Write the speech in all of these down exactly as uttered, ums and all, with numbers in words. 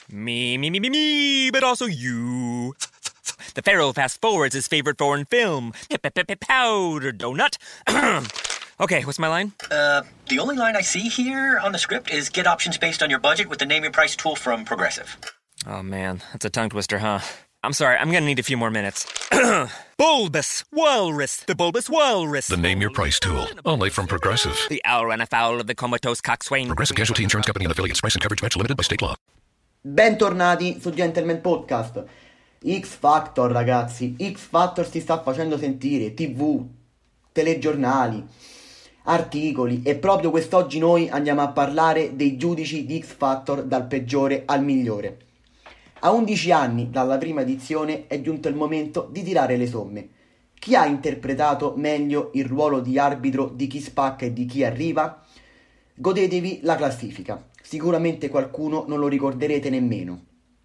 Me, me, me, me, me, but also you. The Pharaoh fast forwards his favorite foreign film, Powder Donut. Okay, what's my line? Uh, the only line I see here on the script is get options based on your budget with the Name Your Price tool from Progressive. Oh man, that's a tongue twister, huh? I'm sorry, I'm gonna need a few more minutes. Bulbous Walrus, the Bulbous Walrus. The Name Your Price tool, only from Progressive. The owl ran afoul of the comatose coxswain. Progressive Casualty Insurance Company and affiliates. Price and coverage match limited by state law. Bentornati su Gentleman Podcast. X Factor, ragazzi, X Factor si sta facendo sentire, tivù, telegiornali, articoli, e proprio quest'oggi noi andiamo a parlare dei giudici di X Factor dal peggiore al migliore. A undici anni dalla prima edizione è giunto il momento di tirare le somme. Chi ha interpretato meglio il ruolo di arbitro di chi spacca e di chi arriva? Godetevi la classifica, sicuramente qualcuno non lo ricorderete nemmeno.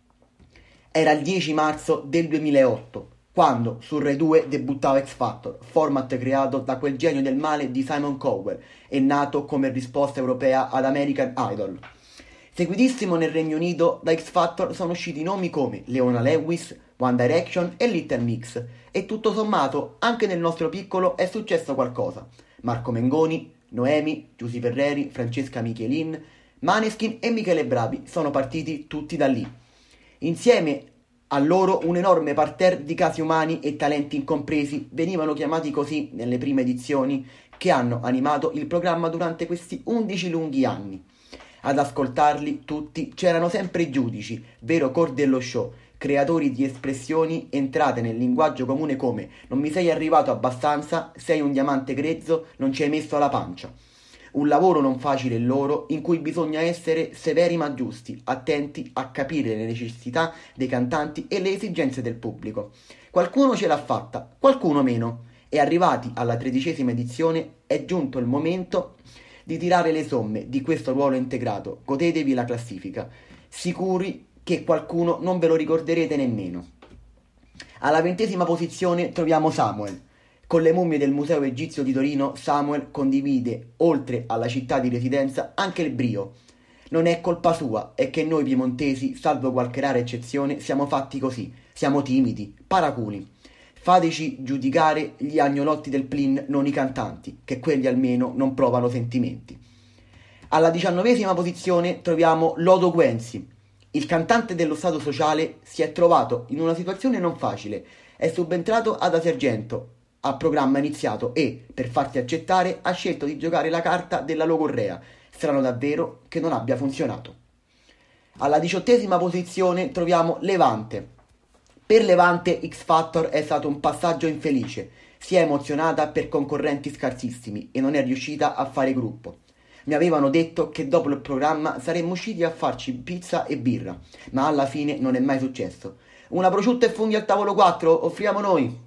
Era il dieci marzo del duemilaotto, quando su Rai due debuttava X Factor, format creato da quel genio del male di Simon Cowell e nato come risposta europea ad American Idol. Seguitissimo nel Regno Unito, da X Factor sono usciti nomi come Leona Lewis, One Direction e Little Mix, e tutto sommato anche nel nostro piccolo è successo qualcosa. Marco Mengoni, Noemi, Giusy Ferreri, Francesca Michelin, Maneskin e Michele Bravi sono partiti tutti da lì. Insieme a loro un enorme parterre di casi umani e talenti incompresi venivano chiamati così nelle prime edizioni, che hanno animato il programma durante questi undici lunghi anni. Ad ascoltarli tutti c'erano sempre i giudici, vero core dello show, creatori di espressioni entrate nel linguaggio comune come "non mi sei arrivato abbastanza, sei un diamante grezzo, non ci hai messo la pancia". Un lavoro non facile loro, in cui bisogna essere severi ma giusti, attenti a capire le necessità dei cantanti e le esigenze del pubblico. Qualcuno ce l'ha fatta, qualcuno meno, e arrivati alla tredicesima edizione è giunto il momento di tirare le somme di questo ruolo integrato. Godetevi la classifica, sicuri che qualcuno non ve lo ricorderete nemmeno. Alla ventesima posizione troviamo Samuel. Con le mummie del Museo Egizio di Torino, Samuel condivide, oltre alla città di residenza, anche il brio. Non è colpa sua, è che noi piemontesi, salvo qualche rara eccezione, siamo fatti così, siamo timidi, paraculi. Fateci giudicare gli agnolotti del Plin, non i cantanti, che quelli almeno non provano sentimenti. Alla diciannovesima posizione troviamo Lodo Guenzi. Il cantante dello Stato Sociale si è trovato in una situazione non facile, è subentrato ad Asergento, a programma iniziato, e, per farsi accettare, ha scelto di giocare la carta della logorrea. Strano davvero che non abbia funzionato. Alla diciottesima posizione troviamo Levante. Per Levante X Factor è stato un passaggio infelice. Si è emozionata per concorrenti scarsissimi e non è riuscita a fare gruppo. Mi avevano detto che dopo il programma saremmo usciti a farci pizza e birra, ma alla fine non è mai successo. Una prosciutto e funghi al tavolo quattro, offriamo noi.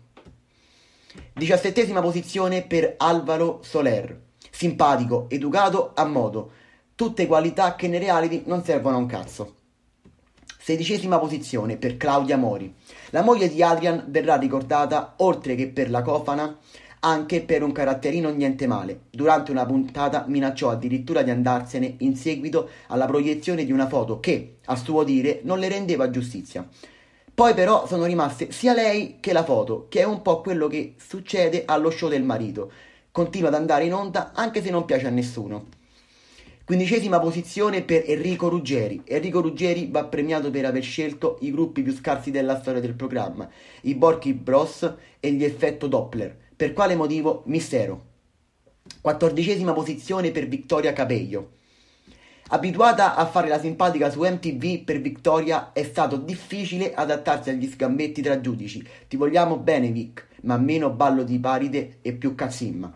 Diciassettesima posizione per Alvaro Soler. Simpatico, educato, a modo. Tutte qualità che nei reality non servono a un cazzo. Sedicesima posizione per Claudia Mori. La moglie di Adrian verrà ricordata, oltre che per la cofana, anche per un caratterino niente male. Durante una puntata minacciò addirittura di andarsene in seguito alla proiezione di una foto che, a suo dire, non le rendeva giustizia. Poi però sono rimaste sia lei che la foto, che è un po' quello che succede allo show del marito. Continua ad andare in onda anche se non piace a nessuno. Quindicesima posizione per Enrico Ruggeri. Enrico Ruggeri va premiato per aver scelto i gruppi più scarsi della storia del programma, i Borky Bros e gli Effetto Doppler. Per quale motivo? Mistero. Quattordicesima posizione per Vittoria Capello. Abituata a fare la simpatica su M T V, per Vittoria è stato difficile adattarsi agli sgambetti tra giudici. Ti vogliamo bene, Vic, ma meno ballo di paride e più cazzimma.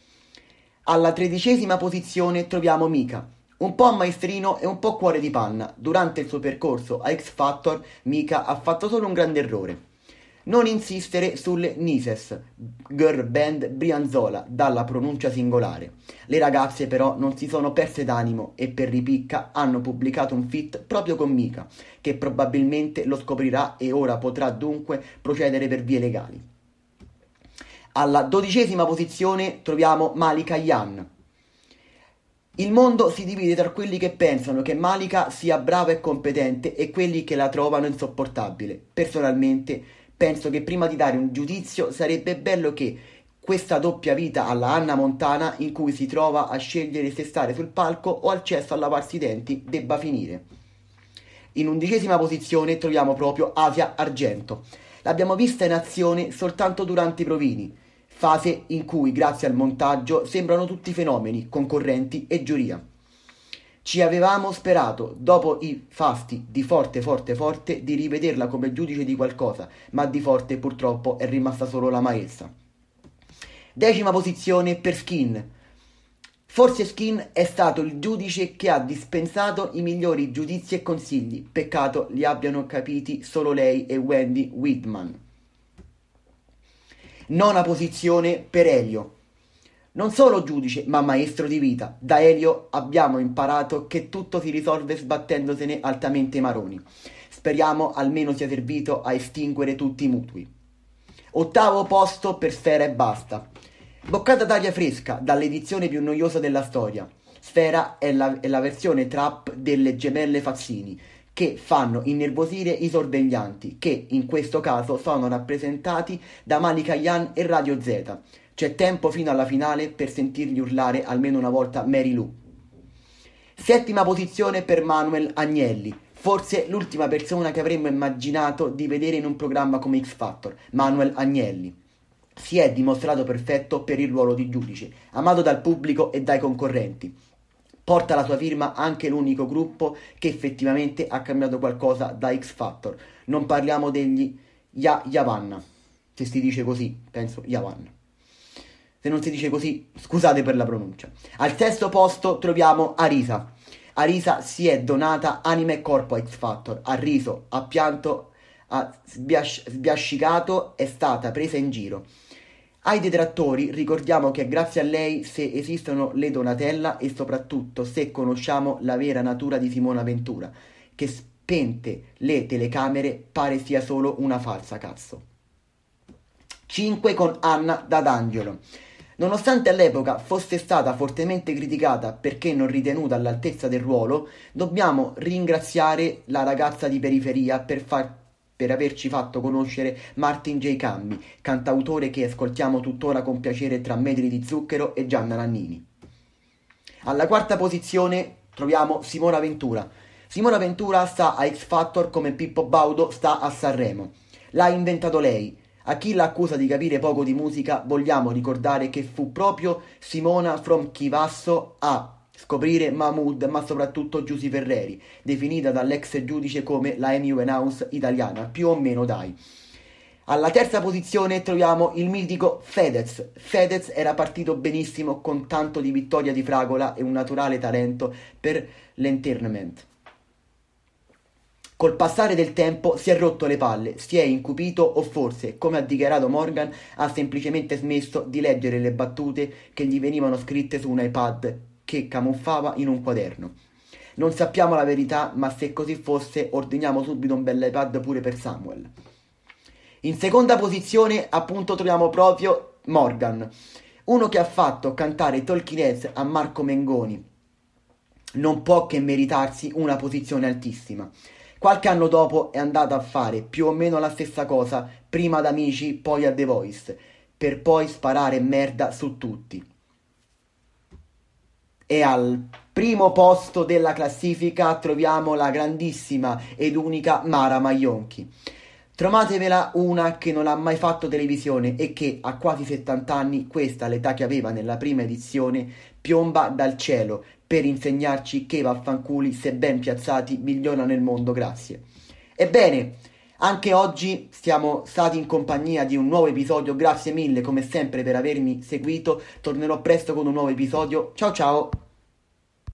Alla tredicesima posizione troviamo Mika. Un po' maestrino e un po' cuore di panna. Durante il suo percorso a X Factor, Mika ha fatto solo un grande errore: non insistere sulle Nises, girl band brianzola dalla pronuncia singolare. Le ragazze però non si sono perse d'animo e per ripicca hanno pubblicato un feat proprio con Mika, che probabilmente lo scoprirà e ora potrà dunque procedere per vie legali. Alla dodicesima posizione troviamo Malika Yan. Il mondo si divide tra quelli che pensano che Malika sia brava e competente e quelli che la trovano insopportabile. Personalmente penso che prima di dare un giudizio sarebbe bello che questa doppia vita alla Hannah Montana, in cui si trova a scegliere se stare sul palco o al cesso a lavarsi i denti, debba finire. In undicesima posizione troviamo proprio Asia Argento. L'abbiamo vista in azione soltanto durante i provini, fase in cui, grazie al montaggio, sembrano tutti fenomeni, concorrenti e giuria. Ci avevamo sperato, dopo i fasti di Forte Forte Forte, di rivederla come giudice di qualcosa, ma di Forte purtroppo è rimasta solo la maestra. Decima posizione per Skin. Forse Skin è stato il giudice che ha dispensato i migliori giudizi e consigli, peccato li abbiano capiti solo lei e Wendy Widman. Nona posizione per Elio. Non solo giudice, ma maestro di vita. Da Elio abbiamo imparato che tutto si risolve sbattendosene altamente i maroni. Speriamo almeno sia servito a estinguere tutti i mutui. Ottavo posto per Sfera e Basta. Boccata d'aria fresca dall'edizione più noiosa della storia. Sfera è la, è la versione trap delle gemelle Fazzini, che fanno innervosire i sorveglianti, che in questo caso sono rappresentati da Malika Yan e Radio Z. C'è tempo fino alla finale per sentirgli urlare almeno una volta Mary Lou. Settima posizione per Manuel Agnelli, forse l'ultima persona che avremmo immaginato di vedere in un programma come X Factor. Manuel Agnelli si è dimostrato perfetto per il ruolo di giudice, amato dal pubblico e dai concorrenti. Porta la sua firma anche l'unico gruppo che effettivamente ha cambiato qualcosa da X Factor. Non parliamo degli Ya Yavanna, se si dice così, penso Yavanna. Se non si dice così, scusate per la pronuncia. Al sesto posto troviamo Arisa. Arisa si è donata anima e corpo a X Factor, ha riso, ha pianto, ha sbiasci- sbiascicato, è stata presa in giro. Ai detrattori ricordiamo che è grazie a lei se esistono le Donatella e soprattutto se conosciamo la vera natura di Simona Ventura, che spente le telecamere pare sia solo una falsa, cazzo. cinque con Anna D'Adangelo. Nonostante all'epoca fosse stata fortemente criticata perché non ritenuta all'altezza del ruolo, dobbiamo ringraziare la ragazza di periferia per far per averci fatto conoscere Martin J. Cammi, cantautore che ascoltiamo tuttora con piacere tra Metri di Zucchero e Gianna Nannini. Alla quarta posizione troviamo Simona Ventura. Simona Ventura sta a X Factor come Pippo Baudo sta a Sanremo. L'ha inventato lei. A chi l'accusa di capire poco di musica vogliamo ricordare che fu proprio Simona from Chivasso a scoprire Mahmood, ma soprattutto Giusy Ferreri, definita dall'ex giudice come la Amy Winehouse italiana, più o meno dai. Alla terza posizione troviamo il mitico Fedez. Fedez era partito benissimo con tanto di vittoria di fragola e un naturale talento per l'entertainment. Col passare del tempo si è rotto le palle, si è incupito o forse, come ha dichiarato Morgan, ha semplicemente smesso di leggere le battute che gli venivano scritte su un iPad che camuffava in un quaderno. Non sappiamo la verità, ma se così fosse ordiniamo subito un bel iPad pure per Samuel. In seconda posizione appunto troviamo proprio Morgan, uno che ha fatto cantare Talking Heads a Marco Mengoni. Non può che meritarsi una posizione altissima. Qualche anno dopo è andato a fare più o meno la stessa cosa, prima ad Amici, poi a The Voice, per poi sparare merda su tutti. E al primo posto della classifica troviamo la grandissima ed unica Mara Maionchi. Trovatevela una che non ha mai fatto televisione e che a quasi settanta anni, questa l'età che aveva nella prima edizione, piomba dal cielo per insegnarci che vaffanculi, se ben piazzati, migliorano il mondo, grazie. Ebbene, anche oggi siamo stati in compagnia di un nuovo episodio, grazie mille come sempre per avermi seguito, tornerò presto con un nuovo episodio, ciao ciao!